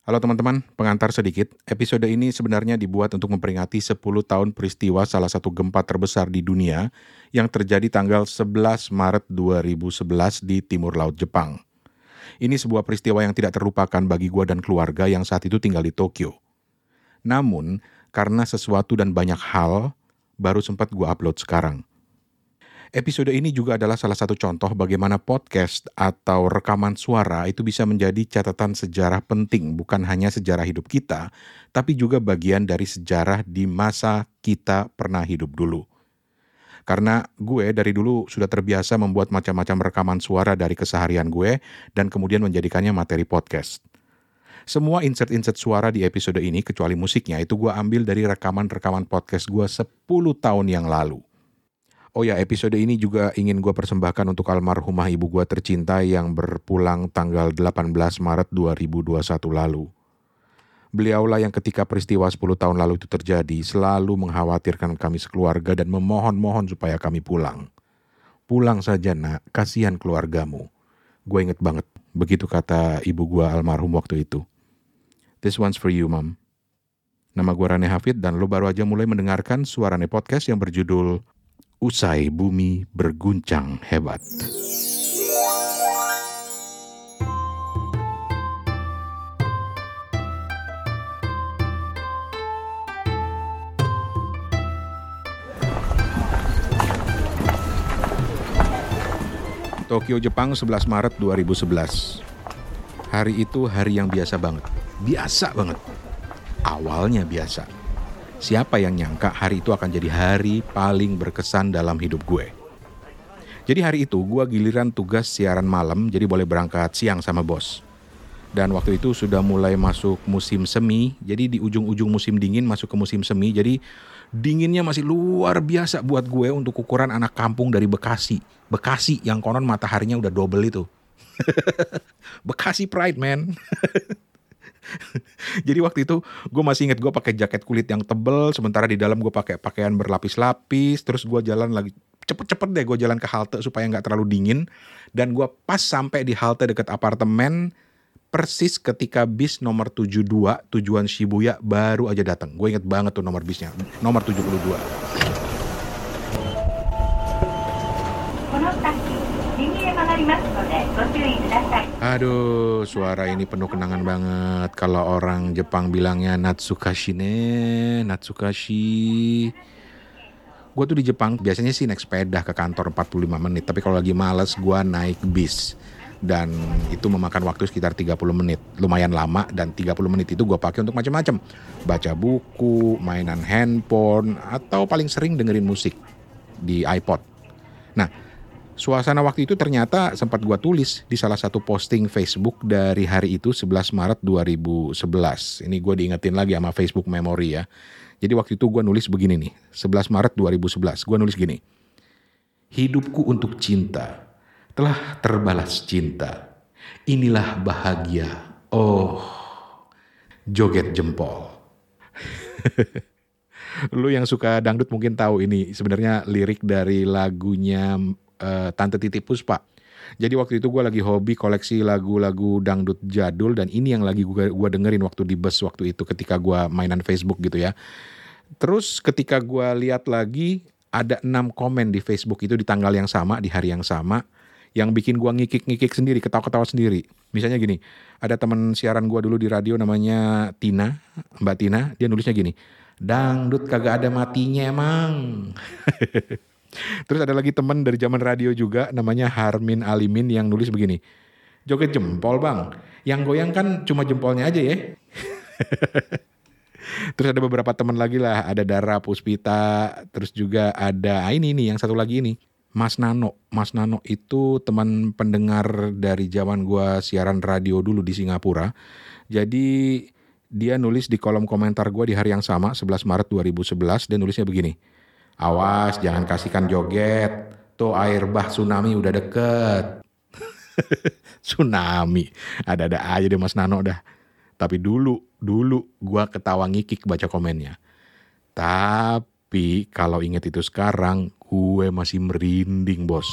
Halo teman-teman, pengantar sedikit. Episode ini sebenarnya dibuat untuk memperingati 10 tahun peristiwa salah satu gempa terbesar di dunia yang terjadi tanggal 11 Maret 2011 di timur laut Jepang. Ini sebuah peristiwa yang tidak terlupakan bagi gua dan keluarga yang saat itu tinggal di Tokyo. Namun, karena sesuatu dan banyak hal, baru sempat gua upload sekarang. Episode ini juga adalah salah satu contoh bagaimana podcast atau rekaman suara itu bisa menjadi catatan sejarah penting, bukan hanya sejarah hidup kita, tapi juga bagian dari sejarah di masa kita pernah hidup dulu. Karena gue dari dulu sudah terbiasa membuat macam-macam rekaman suara dari keseharian gue dan kemudian menjadikannya materi podcast. Semua insert-insert suara di episode ini, kecuali musiknya, itu gue ambil dari rekaman-rekaman podcast gue 10 tahun yang lalu. Oh ya, episode ini juga ingin gue persembahkan untuk almarhumah ibu gue tercinta yang berpulang tanggal 18 Maret 2021 lalu. Beliaulah yang ketika peristiwa 10 tahun lalu itu terjadi selalu mengkhawatirkan kami sekeluarga dan memohon-mohon supaya kami pulang. Pulang saja nak, kasihan keluargamu. Gue inget banget, begitu kata ibu gue almarhum waktu itu. This one's for you, Mom. Nama gue Rane Hafid dan lo baru aja mulai mendengarkan Suarane Podcast yang berjudul Usai Bumi Berguncang Hebat. Tokyo, Jepang, 11 Maret 2011. Hari itu hari yang biasa banget. Biasa banget. Awalnya biasa. Siapa yang nyangka hari itu akan jadi hari paling berkesan dalam hidup gue. Jadi hari itu gue giliran tugas siaran malam, jadi boleh berangkat siang sama bos. Dan waktu itu sudah mulai masuk musim semi, jadi di ujung-ujung musim dingin masuk ke musim semi, jadi dinginnya masih luar biasa buat gue untuk ukuran anak kampung dari Bekasi. Bekasi yang konon mataharinya udah double itu. Bekasi Pride, man. Jadi waktu itu gue masih inget gue pakai jaket kulit yang tebel, sementara di dalam gue pakai pakaian berlapis-lapis. Terus gue jalan lagi cepet-cepet deh, gue jalan ke halte supaya nggak terlalu dingin. Dan gue pas sampai di halte dekat apartemen, persis ketika bis nomor 72 tujuan Shibuya baru aja datang. Gue inget banget tuh nomor bisnya, nomor 72. Aduh, suara ini penuh kenangan banget. Kalau orang Jepang bilangnya Natsukashi ne, Natsukashi. Gue tuh di Jepang biasanya sih naik sepeda ke kantor 45 menit. Tapi kalau lagi males gue naik bis. Dan itu memakan waktu sekitar 30 menit. Lumayan lama, dan 30 menit itu gue pakai untuk macam-macam. Baca buku, mainan handphone, atau paling sering dengerin musik di iPod. Nah, suasana waktu itu ternyata sempat gue tulis di salah satu posting Facebook dari hari itu 11 Maret 2011. Ini gue diingetin lagi sama Facebook Memory ya. Jadi waktu itu gue nulis begini nih, 11 Maret 2011. Gue nulis gini. Hidupku untuk cinta telah terbalas cinta. Inilah bahagia. Oh, joget jempol. Lu yang suka dangdut mungkin tahu ini sebenarnya lirik dari lagunya Tante Titi Puspa. Jadi waktu itu gue lagi hobi koleksi lagu-lagu dangdut jadul, dan ini yang lagi gue dengerin waktu di bus waktu itu ketika gue mainan Facebook gitu ya. Terus ketika gue lihat lagi ada 6 komen di Facebook itu di tanggal yang sama, di hari yang sama, yang bikin gue ngikik-ngikik sendiri, ketawa-ketawa sendiri. Misalnya gini, ada teman siaran gue dulu di radio namanya Tina, Mbak Tina, dia nulisnya gini, dangdut kagak ada matinya emang. Terus ada lagi teman dari zaman radio juga namanya Harmin Alimin yang nulis begini, joget jempol bang, yang goyang kan cuma jempolnya aja ya. Terus ada beberapa teman lagi lah, ada Dara Puspita, terus juga ada ini nih yang satu lagi ini, Mas Nano. Mas Nano itu teman pendengar dari zaman gua siaran radio dulu di Singapura. Jadi dia nulis di kolom komentar gua di hari yang sama 11 Maret 2011, dia nulisnya begini. Awas jangan kasihkan joget, tuh air bah tsunami udah deket. Tsunami, ada-ada aja deh Mas Nano dah. Tapi dulu gua ketawa ngikik baca komennya. Tapi kalau inget itu sekarang, gue masih merinding bos.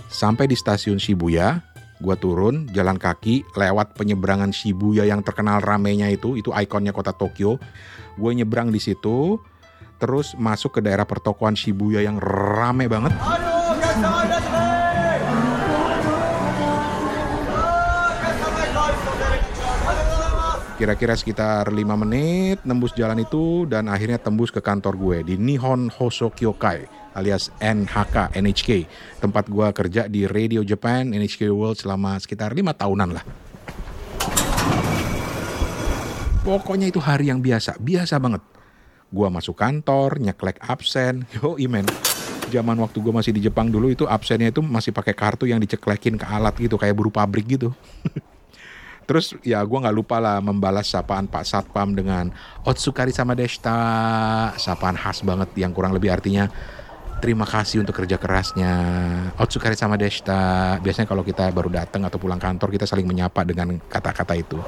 Sampai di stasiun Shibuya, gue turun jalan kaki lewat penyeberangan Shibuya yang terkenal ramenya itu ikonnya kota Tokyo. Gue nyebrang di situ, terus masuk ke daerah pertokoan Shibuya yang rame banget. Kira-kira sekitar 5 menit nembus jalan itu dan akhirnya tembus ke kantor gue di Nihon Hoso Kyokai alias NHK, tempat gue kerja di Radio Japan, NHK World selama sekitar 5 tahunan lah. Pokoknya itu hari yang biasa banget. Gue masuk kantor, nyeklek absen, men. Zaman waktu gue masih di Jepang dulu itu absennya itu masih pakai kartu yang diceklekin ke alat gitu, kayak buruh pabrik gitu. Terus ya gue gak lupa lah membalas sapaan Pak Satpam dengan Otsukari sama deshita, sapaan khas banget yang kurang lebih artinya terima kasih untuk kerja kerasnya. Otsukari sama deshita. Biasanya kalau kita baru datang atau pulang kantor kita saling menyapa dengan kata-kata itu.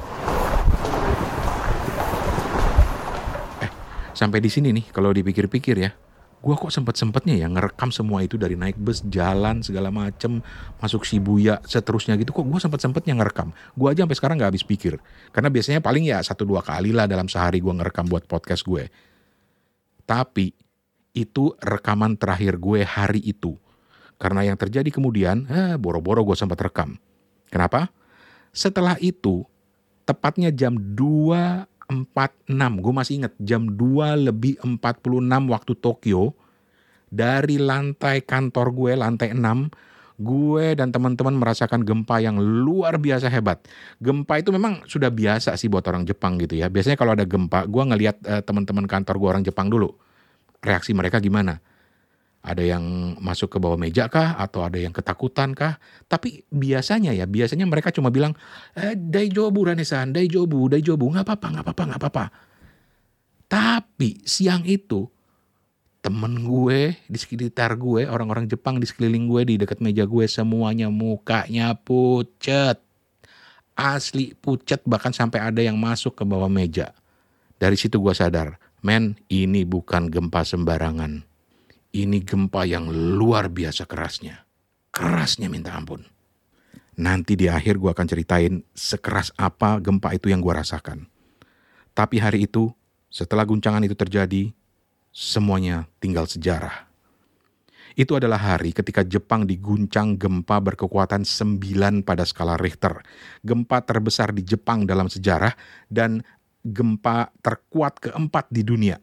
Sampai di sini nih kalau dipikir-pikir ya, gue kok sempet-sempetnya ya ngerekam semua itu dari naik bus, jalan segala macem, masuk Shibuya, seterusnya gitu. Kok gue sempet-sempetnya ngerekam. Gue aja sampai sekarang gak habis pikir. Karena biasanya paling ya 1-2 kali lah dalam sehari gue ngerekam buat podcast gue. Tapi itu rekaman terakhir gue hari itu. Karena yang terjadi kemudian, boro-boro gue sempat rekam. Kenapa? Setelah itu, tepatnya jam 2.46, gue masih ingat jam 2:46 waktu Tokyo, dari lantai kantor gue, lantai 6, gue dan teman-teman merasakan gempa yang luar biasa hebat. Gempa itu memang sudah biasa sih buat orang Jepang gitu ya. Biasanya kalau ada gempa, gue ngelihat teman-teman kantor gue orang Jepang dulu. Reaksi mereka gimana? Ada yang masuk ke bawah meja kah? Atau ada yang ketakutan kah? Tapi biasanya mereka cuma bilang, Daijobu Ranesan, Daijobu, gak apa-apa. Tapi siang itu, temen gue di sekitar gue, orang-orang Jepang di sekeliling gue, di dekat meja gue, semuanya mukanya pucet. Asli pucet, bahkan sampai ada yang masuk ke bawah meja. Dari situ gue sadar, men, ini bukan gempa sembarangan. Ini gempa yang luar biasa kerasnya. Kerasnya minta ampun. Nanti di akhir gue akan ceritain sekeras apa gempa itu yang gue rasakan. Tapi hari itu, setelah guncangan itu terjadi, semuanya tinggal sejarah. Itu adalah hari ketika Jepang diguncang gempa berkekuatan 9 pada skala Richter. Gempa terbesar di Jepang dalam sejarah dan gempa terkuat keempat di dunia.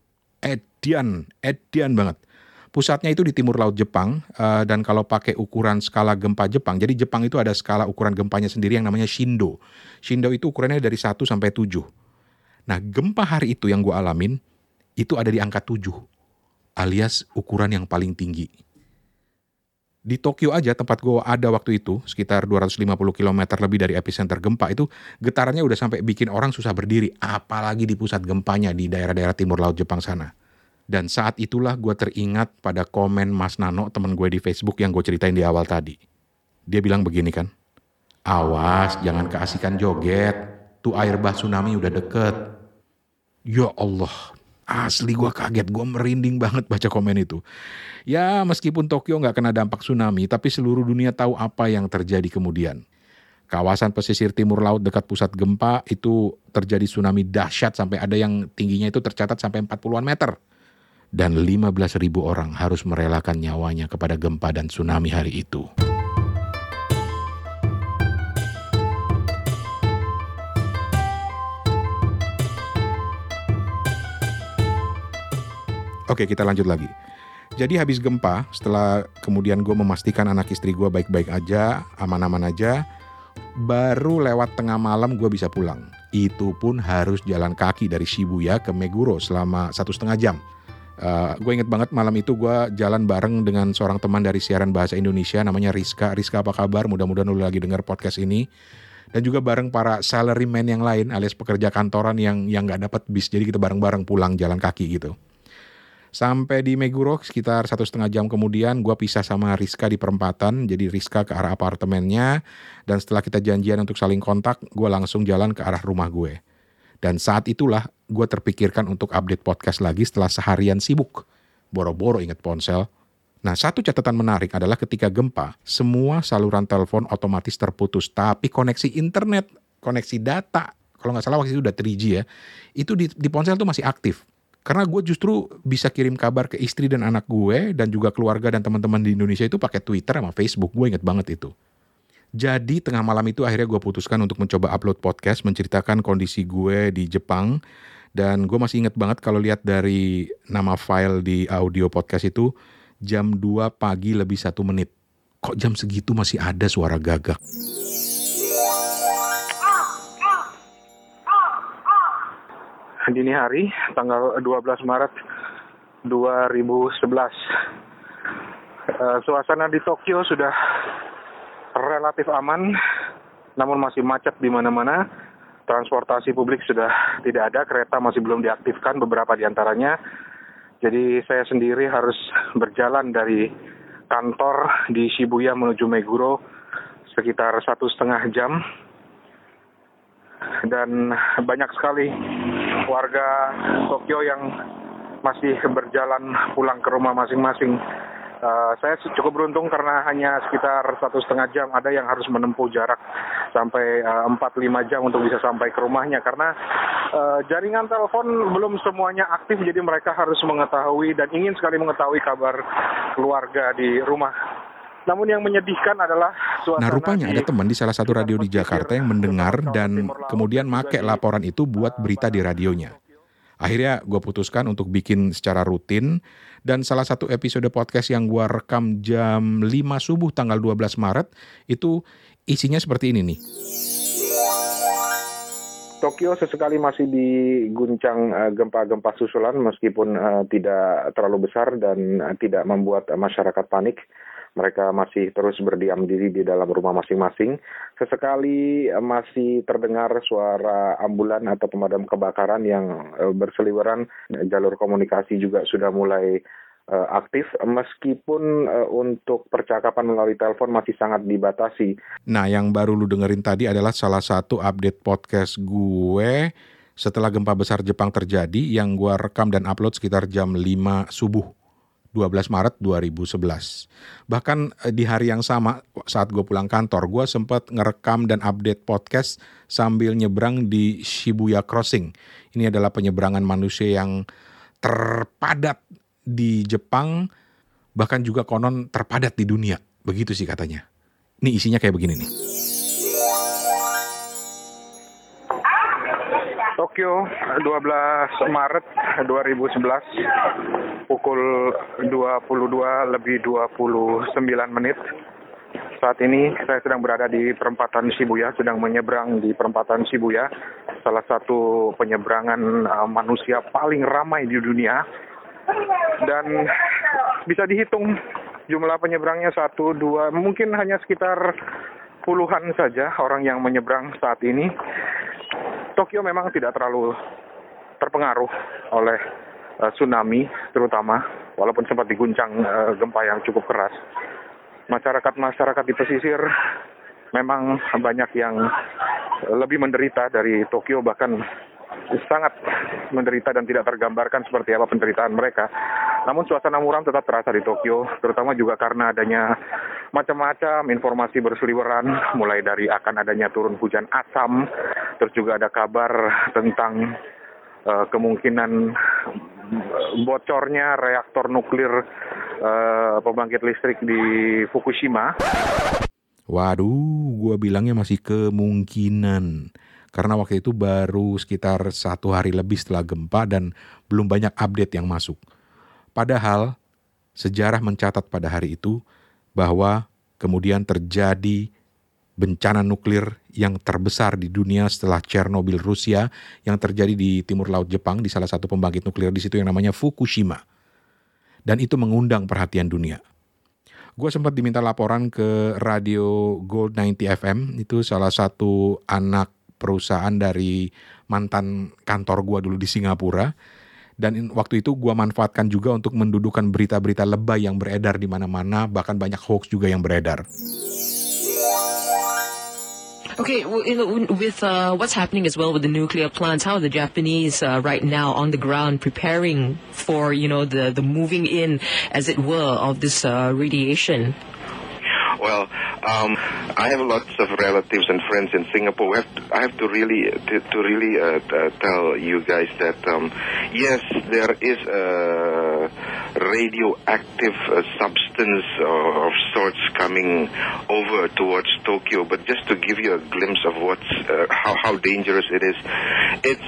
Edian banget. Pusatnya itu di timur laut Jepang, dan kalau pakai ukuran skala gempa Jepang, jadi Jepang itu ada skala ukuran gempanya sendiri yang namanya Shindo. Shindo itu ukurannya dari 1 sampai 7. Nah, gempa hari itu yang gue alamin, itu ada di angka 7, alias ukuran yang paling tinggi. Di Tokyo aja tempat gue ada waktu itu, sekitar 250 km lebih dari epicenter gempa itu, getarannya udah sampai bikin orang susah berdiri, apalagi di pusat gempanya di daerah-daerah timur laut Jepang sana. Dan saat itulah gue teringat pada komen Mas Nano, teman gue di Facebook yang gue ceritain di awal tadi. Dia bilang begini kan, awas jangan keasikan joget, tuh air bah tsunami udah deket. Ya Allah, asli gue kaget, gue merinding banget baca komen itu. Ya meskipun Tokyo gak kena dampak tsunami, tapi seluruh dunia tahu apa yang terjadi kemudian. Kawasan pesisir timur laut dekat pusat gempa itu terjadi tsunami dahsyat sampai ada yang tingginya itu tercatat sampai 40-an meter. Dan 15.000 orang harus merelakan nyawanya kepada gempa dan tsunami hari itu. Oke, kita lanjut lagi. Jadi habis gempa, setelah kemudian gue memastikan anak istri gue baik-baik aja, aman-aman aja, baru lewat tengah malam gue bisa pulang. Itu pun harus jalan kaki dari Shibuya ke Meguro selama 1,5 jam. Gue inget banget malam itu gue jalan bareng dengan seorang teman dari siaran bahasa Indonesia namanya Rizka. Rizka apa kabar? Mudah-mudahan lu lagi dengar podcast ini. Dan juga bareng para salaryman yang lain alias pekerja kantoran yang gak dapat bis. Jadi kita bareng-bareng pulang jalan kaki gitu. Sampai di Meguro sekitar 1,5 jam kemudian gue pisah sama Rizka di perempatan. Jadi Rizka ke arah apartemennya. Dan setelah kita janjian untuk saling kontak, gue langsung jalan ke arah rumah gue. Dan saat itulah gue terpikirkan untuk update podcast lagi setelah seharian sibuk. Boro-boro inget ponsel. Nah, satu catatan menarik adalah ketika gempa, semua saluran telepon otomatis terputus, tapi koneksi internet, koneksi data, kalau nggak salah waktu itu udah 3G ya, itu di ponsel tuh masih aktif. Karena gue justru bisa kirim kabar ke istri dan anak gue, dan juga keluarga dan teman-teman di Indonesia itu pakai Twitter sama Facebook, gue inget banget itu. Jadi tengah malam itu akhirnya gue putuskan untuk mencoba upload podcast, menceritakan kondisi gue di Jepang, dan gue masih inget banget kalau lihat dari nama file di audio podcast itu, jam 2 pagi lebih 1 menit. Kok jam segitu masih ada suara gagak? Dini hari, tanggal 12 Maret 2011. Suasana di Tokyo sudah relatif aman, namun masih macet di mana-mana. Transportasi publik sudah tidak ada, kereta masih belum diaktifkan beberapa di antaranya. Jadi saya sendiri harus berjalan dari kantor di Shibuya menuju Meguro sekitar 1,5 jam. Dan banyak sekali warga Tokyo yang masih berjalan pulang ke rumah masing-masing. Saya cukup beruntung karena hanya sekitar 1,5 jam. Ada yang harus menempuh jarak sampai 4-5 jam untuk bisa sampai ke rumahnya. Karena jaringan telepon belum semuanya aktif, jadi mereka harus mengetahui dan ingin sekali mengetahui kabar keluarga di rumah. Namun yang menyedihkan adalah suasana. Nah, rupanya ada teman di salah satu radio di Jakarta yang mendengar dan kemudian make laporan itu buat berita di radionya. Akhirnya gue putuskan untuk bikin secara rutin, dan salah satu episode podcast yang gue rekam jam 5 subuh tanggal 12 Maret itu isinya seperti ini nih. Tokyo sesekali masih diguncang gempa-gempa susulan meskipun tidak terlalu besar dan tidak membuat masyarakat panik. Mereka masih terus berdiam diri di dalam rumah masing-masing. Sesekali masih terdengar suara ambulan atau pemadam kebakaran yang berseliweran. Jalur komunikasi juga sudah mulai aktif, meskipun untuk percakapan melalui telepon masih sangat dibatasi. Nah, yang baru lu dengerin tadi adalah salah satu update podcast gue setelah gempa besar Jepang terjadi yang gue rekam dan upload sekitar jam 5 subuh. 12 Maret 2011. Bahkan di hari yang sama saat gue pulang kantor, gue sempat ngerekam dan update podcast sambil nyebrang di Shibuya Crossing. Ini adalah penyeberangan manusia yang terpadat di Jepang, bahkan juga konon terpadat di dunia. Begitu sih katanya. Ini isinya kayak begini nih. Tokyo 12 Maret 2011 pukul 22:29. Saat ini saya sedang berada di perempatan Shibuya, sedang menyeberang di perempatan Shibuya, salah satu penyeberangan manusia paling ramai di dunia. Dan bisa dihitung jumlah penyeberangnya 1, 2, mungkin hanya sekitar puluhan saja orang yang menyeberang saat ini. Tokyo memang tidak terlalu terpengaruh oleh tsunami terutama, walaupun sempat diguncang gempa yang cukup keras. Masyarakat di pesisir memang banyak yang lebih menderita dari Tokyo, bahkan sangat menderita dan tidak tergambarkan seperti apa penderitaan mereka. Namun suasana muram tetap terasa di Tokyo, terutama juga karena adanya macam-macam informasi berseliweran, mulai dari akan adanya turun hujan asam, terus juga ada kabar tentang kemungkinan bocornya reaktor nuklir pembangkit listrik di Fukushima. Waduh, gue bilangnya masih kemungkinan. Karena waktu itu baru sekitar 1 hari lebih setelah gempa dan belum banyak update yang masuk. Padahal sejarah mencatat pada hari itu bahwa kemudian terjadi bencana nuklir yang terbesar di dunia setelah Chernobyl Rusia yang terjadi di timur laut Jepang di salah satu pembangkit nuklir di situ yang namanya Fukushima. Dan itu mengundang perhatian dunia. Gue sempat diminta laporan ke radio Gold 90 FM, itu salah satu anak perusahaan dari mantan kantor gue dulu di Singapura. Dan waktu itu gue manfaatkan juga untuk mendudukan berita-berita lebay yang beredar di mana-mana, bahkan banyak hoax juga yang beredar. Okay, well, with what's happening as well with the nuclear plants, how are the Japanese right now on the ground preparing for, the moving in, as it were, of this radiation? Well, I have lots of relatives and friends in Singapore. I have to really tell you guys that yes, there is a radioactive substance of sorts coming over towards Tokyo. But just to give you a glimpse of how dangerous it is, it's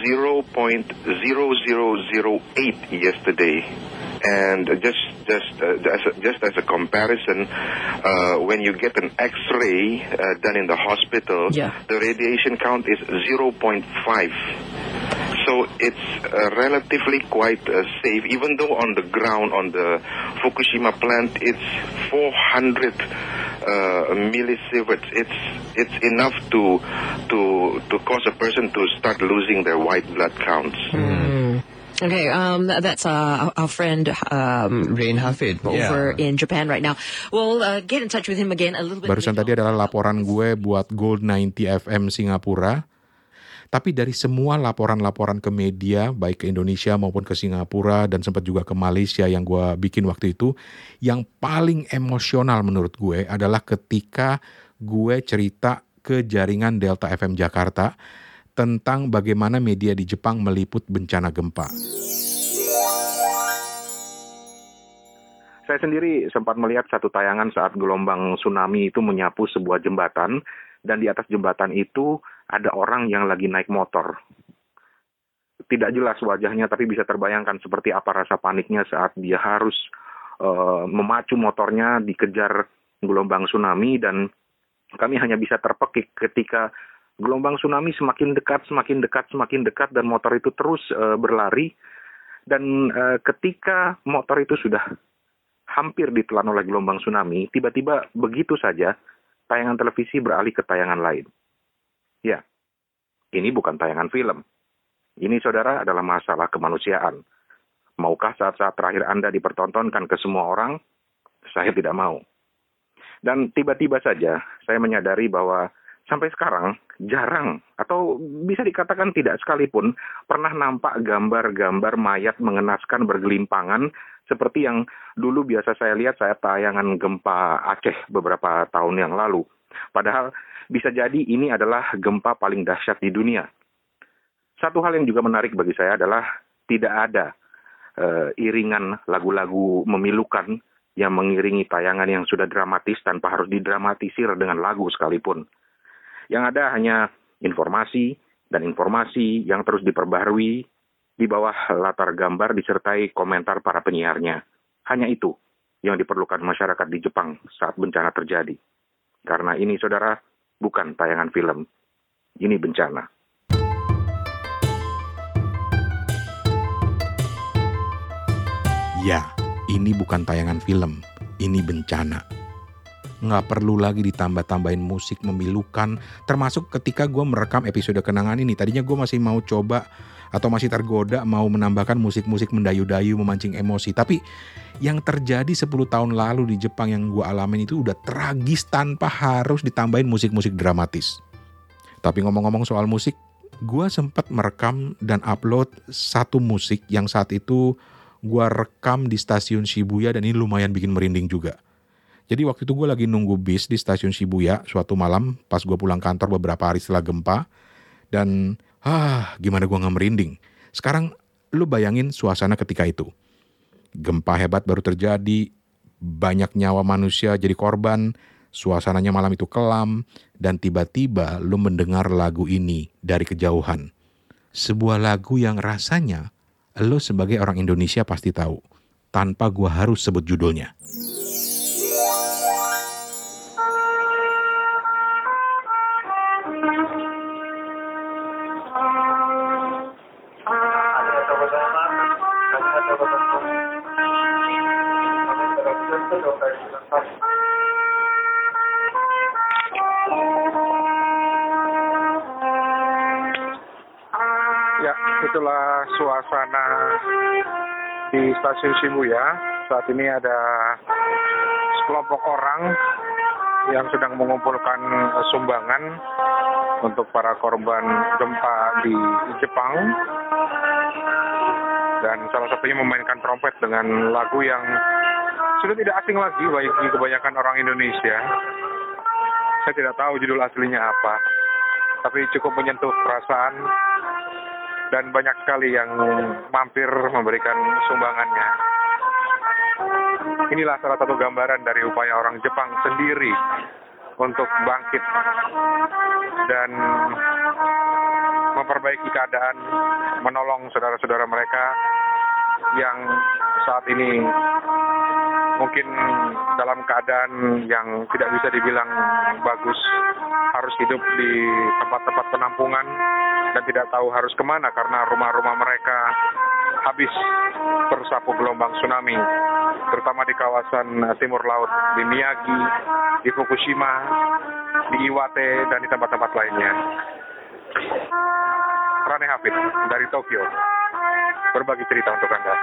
0.0008 yesterday. And just as a comparison, when you get an X-ray done in the hospital, the radiation count is 0.5. So it's relatively quite safe, even though on the ground, on the Fukushima plant, it's 400 millisieverts. It's enough to cause a person to start losing their white blood counts. Okay, that's our friend Rain Hafid over in Japan right now. We'll get in touch with him again a little bit. Barusan tadi adalah laporan gue buat Gold 90 FM Singapura. Tapi dari semua laporan-laporan ke media, baik ke Indonesia maupun ke Singapura dan sempat juga ke Malaysia yang gue bikin waktu itu, yang paling emosional menurut gue adalah ketika gue cerita ke jaringan Delta FM Jakarta tentang bagaimana media di Jepang meliput bencana gempa. Saya sendiri sempat melihat satu tayangan saat gelombang tsunami itu menyapu sebuah jembatan, dan di atas jembatan itu ada orang yang lagi naik motor. Tidak jelas wajahnya, tapi bisa terbayangkan seperti apa rasa paniknya saat dia harus memacu motornya dikejar gelombang tsunami, dan kami hanya bisa terpekik ketika gelombang tsunami semakin dekat, dan motor itu terus berlari. Dan ketika motor itu sudah hampir ditelan oleh gelombang tsunami, tiba-tiba begitu saja tayangan televisi beralih ke tayangan lain. Ya, ini bukan tayangan film. Ini, saudara, adalah masalah kemanusiaan. Maukah saat-saat terakhir Anda dipertontonkan ke semua orang? Saya tidak mau. Dan tiba-tiba saja saya menyadari bahwa sampai sekarang jarang, atau bisa dikatakan tidak sekalipun, pernah nampak gambar-gambar mayat mengenaskan bergelimpangan seperti yang dulu biasa saya lihat saat tayangan gempa Aceh beberapa tahun yang lalu. Padahal bisa jadi ini adalah gempa paling dahsyat di dunia. Satu hal yang juga menarik bagi saya adalah tidak ada iringan lagu-lagu memilukan yang mengiringi tayangan yang sudah dramatis tanpa harus didramatisir dengan lagu sekalipun. Yang ada hanya informasi dan informasi yang terus diperbaharui di bawah latar gambar disertai komentar para penyiarnya. Hanya itu yang diperlukan masyarakat di Jepang saat bencana terjadi. Karena ini, saudara, bukan tayangan film. Ini bencana. Ya, ini bukan tayangan film. Ini bencana. Nggak perlu lagi ditambah-tambahin musik memilukan, termasuk ketika gue merekam episode kenangan ini. Tadinya gue masih mau coba atau masih tergoda mau menambahkan musik-musik mendayu-dayu, memancing emosi. Tapi yang terjadi 10 tahun lalu di Jepang yang gue alamin itu udah tragis tanpa harus ditambahin musik-musik dramatis. Tapi ngomong-ngomong soal musik, gue sempat merekam dan upload satu musik yang saat itu gue rekam di stasiun Shibuya, dan ini lumayan bikin merinding juga. Jadi waktu itu gue lagi nunggu bis di stasiun Shibuya suatu malam pas gue pulang kantor beberapa hari setelah gempa. Dan gimana gue gak merinding. Sekarang lu bayangin suasana ketika itu. Gempa hebat baru terjadi, banyak nyawa manusia jadi korban, suasananya malam itu kelam, dan tiba-tiba lu mendengar lagu ini dari kejauhan. Sebuah lagu yang rasanya lu sebagai orang Indonesia pasti tahu, tanpa gue harus sebut judulnya. Ya, itulah suasana di stasiun Shibuya. Saat ini ada sekelompok orang yang sedang mengumpulkan sumbangan untuk para korban gempa di Jepang. Dan salah satunya memainkan trompet dengan lagu yang sudah tidak asing lagi bagi kebanyakan orang Indonesia. Saya tidak tahu judul aslinya apa, tapi cukup menyentuh perasaan dan banyak sekali yang mampir memberikan sumbangannya. Inilah salah satu gambaran dari upaya orang Jepang sendiri untuk bangkit dan memperbaiki keadaan, menolong saudara-saudara mereka yang saat ini mungkin dalam keadaan yang tidak bisa dibilang bagus, harus hidup di tempat-tempat penampungan dan tidak tahu harus kemana karena rumah-rumah mereka habis tersapu gelombang tsunami, terutama di kawasan timur laut, di Miyagi, di Fukushima, di Iwate, dan di tempat-tempat lainnya. Rane Hafid dari Tokyo berbagi cerita untuk Anda.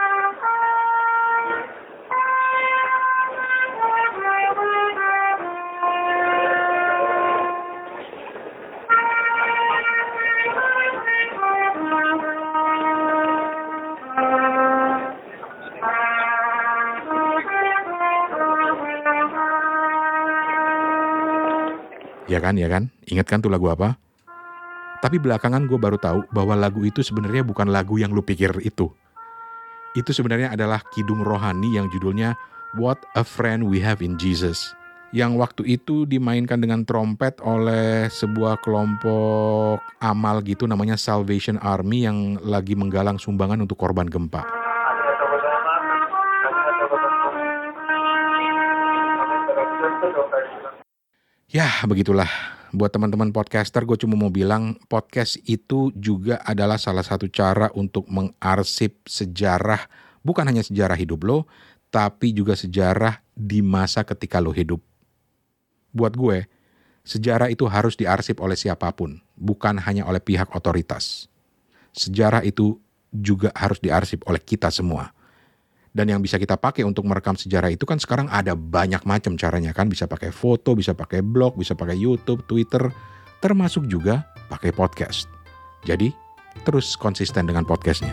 Ya kan? Ingat kan tuh lagu apa? Tapi belakangan gue baru tahu bahwa lagu itu sebenarnya bukan lagu yang lu pikir itu. Itu sebenarnya adalah kidung rohani yang judulnya What a Friend We Have in Jesus. Yang waktu itu dimainkan dengan trompet oleh sebuah kelompok amal gitu namanya Salvation Army yang lagi menggalang sumbangan untuk korban gempa. Ya, begitulah. Buat teman-teman podcaster, gue cuma mau bilang podcast itu juga adalah salah satu cara untuk mengarsip sejarah, bukan hanya sejarah hidup lo, tapi juga sejarah di masa ketika lo hidup. Buat gue, sejarah itu harus diarsip oleh siapapun, bukan hanya oleh pihak otoritas. Sejarah itu juga harus diarsip oleh kita semua. Dan yang bisa kita pakai untuk merekam sejarah itu kan sekarang ada banyak macam caranya kan. Bisa pakai foto, bisa pakai blog, bisa pakai YouTube, Twitter, termasuk juga pakai podcast. Jadi terus konsisten dengan podcastnya.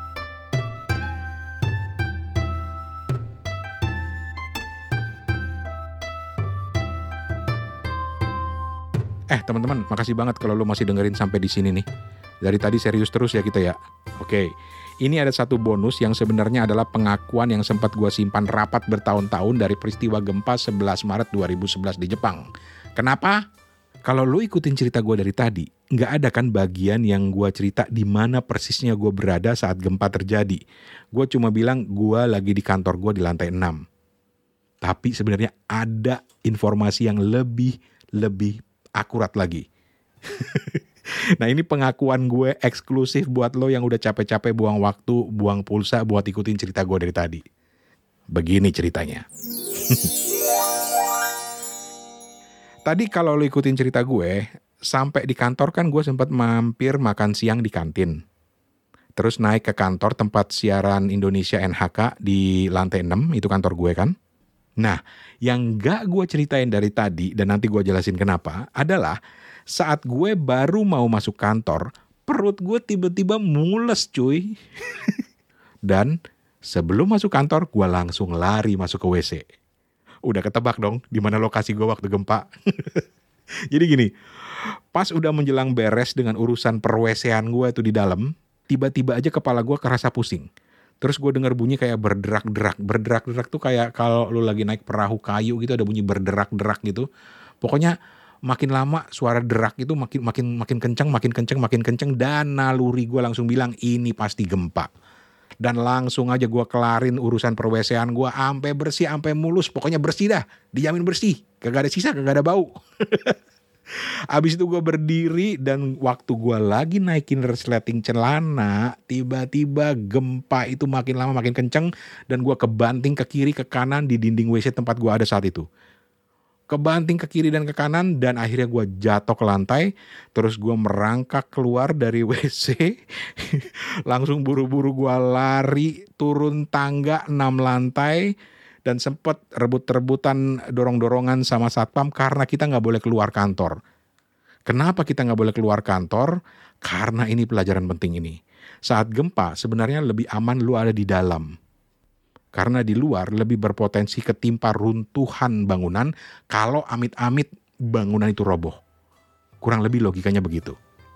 Teman-teman, makasih banget kalau lo masih dengerin sampai di sini nih. Dari tadi serius terus ya kita ya. Oke. Ini ada satu bonus yang sebenarnya adalah pengakuan yang sempat gue simpan rapat bertahun-tahun dari peristiwa gempa 11 Maret 2011 di Jepang. Kenapa? Kalau lo ikutin cerita gue dari tadi, nggak ada kan bagian yang gue cerita di mana persisnya gue berada saat gempa terjadi. Gue cuma bilang gue lagi di kantor gue di lantai 6. Tapi sebenarnya ada informasi yang lebih akurat lagi. Nah ini pengakuan gue eksklusif buat lo yang udah capek-capek buang waktu, buang pulsa buat ikutin cerita gue dari tadi. Begini ceritanya. Tadi kalau lo ikutin cerita gue, sampai di kantor kan gue sempat mampir makan siang di kantin. Terus naik ke kantor tempat siaran Indonesia NHK di lantai 6, itu kantor gue kan. Nah, yang gak gue ceritain dari tadi, dan nanti gue jelasin kenapa, adalah saat gue baru mau masuk kantor, perut gue tiba-tiba mules cuy. Dan sebelum masuk kantor, gue langsung lari masuk ke WC. Udah ketebak dong di mana lokasi gue waktu gempa. Jadi gini, pas udah menjelang beres dengan urusan per-WC-an gue tuh di dalam, tiba-tiba aja kepala gue kerasa pusing. Terus gue dengar bunyi kayak berderak-derak. Berderak-derak tuh kayak kalau lu lagi naik perahu kayu gitu ada bunyi berderak-derak gitu. Pokoknya makin lama suara derak itu makin kenceng dan naluri gue langsung bilang ini pasti gempa. Dan langsung aja gue kelarin urusan per-WC-an gue sampai bersih, sampai mulus. Pokoknya bersih dah, dijamin bersih. Kagak ada sisa, kagak ada bau. Abis itu gue berdiri dan waktu gue lagi naikin resleting celana, tiba-tiba gempa itu makin lama makin kenceng dan gue kebanting ke kiri ke kanan di dinding WC tempat gue ada saat itu. Kebanting ke kiri dan ke kanan dan akhirnya gue jatuh ke lantai. Terus gue merangkak keluar dari WC. Langsung buru-buru gue lari turun tangga 6 lantai. dan sempat rebut-rebutan dorong-dorongan sama satpam karena kita nggak boleh keluar kantor. Kenapa kita nggak boleh keluar kantor? Karena ini pelajaran penting ini. Saat gempa sebenarnya lebih aman lu ada di dalam. Karena di luar lebih berpotensi ketimpa runtuhan bangunan kalau amit-amit bangunan itu roboh. Kurang lebih logikanya begitu.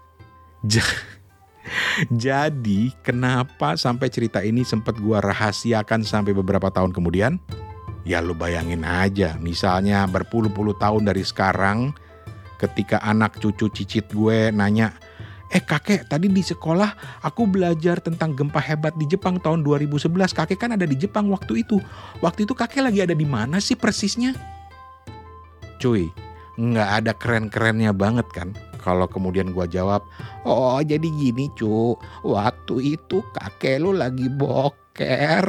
Jadi kenapa sampai cerita ini sempat gua rahasiakan sampai beberapa tahun kemudian? Ya lu bayangin aja, misalnya berpuluh-puluh tahun dari sekarang, ketika anak cucu cicit gue nanya, kakek tadi di sekolah aku belajar tentang gempa hebat di Jepang tahun 2011, kakek kan ada di Jepang waktu itu kakek lagi ada di mana sih persisnya? Cuy, nggak ada keren-kerennya banget kan? Kalau kemudian gua jawab, oh jadi gini cu, waktu itu kakek lu lagi boker.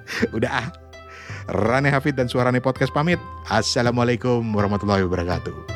Udah Rane Hafid dan Suarane Podcast pamit. Assalamualaikum warahmatullahi wabarakatuh.